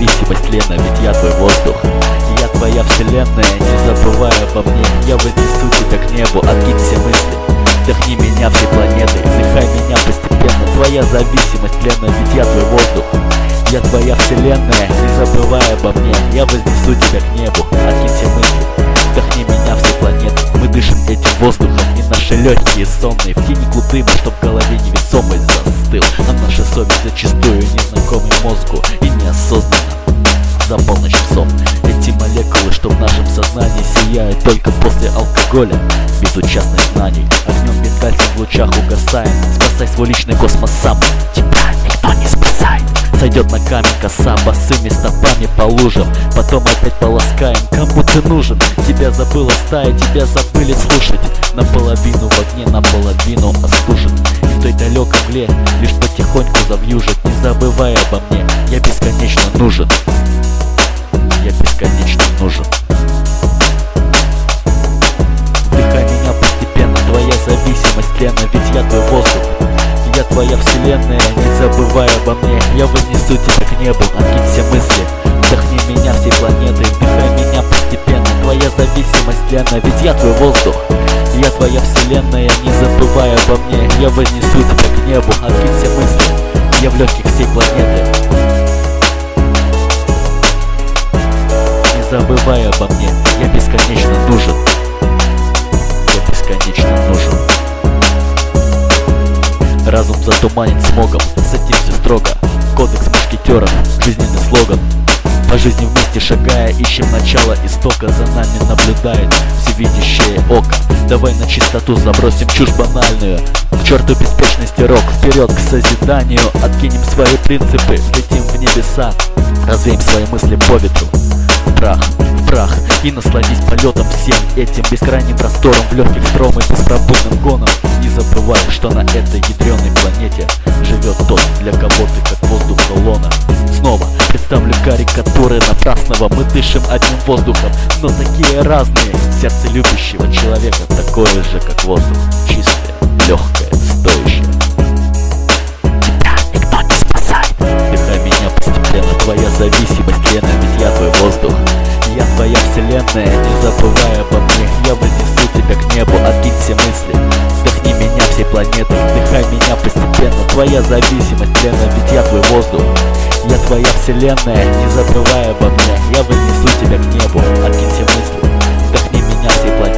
зависимость, Лена, ведь я твой воздух. Я твоя вселенная, не забывай обо мне. Я вознесу тебя к небу, откинь все мысли. Вдохни меня всей планеты, вдыхай меня постепенно. Твоя зависимость, Лена, ведь я твой воздух. Я твоя вселенная, не забывай обо мне. Я вознесу тебя к небу, откинь все мысли. Вдохни меня всей планеты. Мы дышим этим воздухом, и наши легкие сонные. В тени клуб дыма, чтоб в голове невесомость застыл. А наша совесть зачастую незнакомый мозгу и неосознанно за полночь сон. Эти молекулы, что в нашем сознании сияют только после алкоголя, безучастных знаний. Огнем бенгальцев в лучах угасаем. Спасай свой личный космос сам, тебя никто не спасает. Сойдет на камень коса, босыми стопами по лужам. Потом опять полоскаем, кому ты нужен. Тебя забыла стая, тебя забыли слушать. Наполовину в огне, наполовину остужен. И в той далекой мгле лишь потихоньку завьюжит. Не забывай обо мне, я бесконечно нужен. Я бесконечно нужен. Вдыхай меня постепенно, твоя зависимость, Лена, ведь я твой воздух. Я твоя вселенная, не забывай обо мне. Я вознесу тебя к небу, откинь все мысли. Вдохни меня всей планетой, вдыхай меня постепенно. Твоя зависимость, Лена, ведь я твой воздух. Я твоя вселенная, не забывай обо мне. Я вознесу тебя к небу, откинь все мысли. Я в легких всей планеты. Не забывай обо мне, я бесконечно нужен. Я бесконечно нужен. Разум затуманен смогом, с этим все строго. Кодекс мушкетеров, жизненный слоган. По жизни вместе шагая, ищем начало истока. За нами наблюдает всевидящее око. Давай на чистоту забросим чушь банальную. К черту беспечности рок, вперед к созиданию. Откинем свои принципы, летим в небеса. Развеем свои мысли по ветру. В прах, и насладись полетом всем этим бескрайним простором. В легких стром и беспробудным гоном. Не забывай, что на этой ядреной планете живет тот, для кого ты как воздух колонна. Снова представлю карикатуры напрасного. Мы дышим одним воздухом, но такие разные. Сердце любящего человека такое же, как воздух. Чистое, легкое, стоящее. Тебя никто не спасает. Вдыхай меня постепенно, твоя зависимость, Лена, ведь я твой воздух. Я твоя вселенная, не забывай обо мне. Я вознесу тебя к небу, откинь все мысли. Вдохни меня всей планеты, вдыхай меня постепенно. Твоя зависимость, Лена, ведь я твой воздух. Я твоя вселенная, не забывай обо мне. Я вознесу тебя к небу, откинь все мысли. Вдохни меня всей планеты.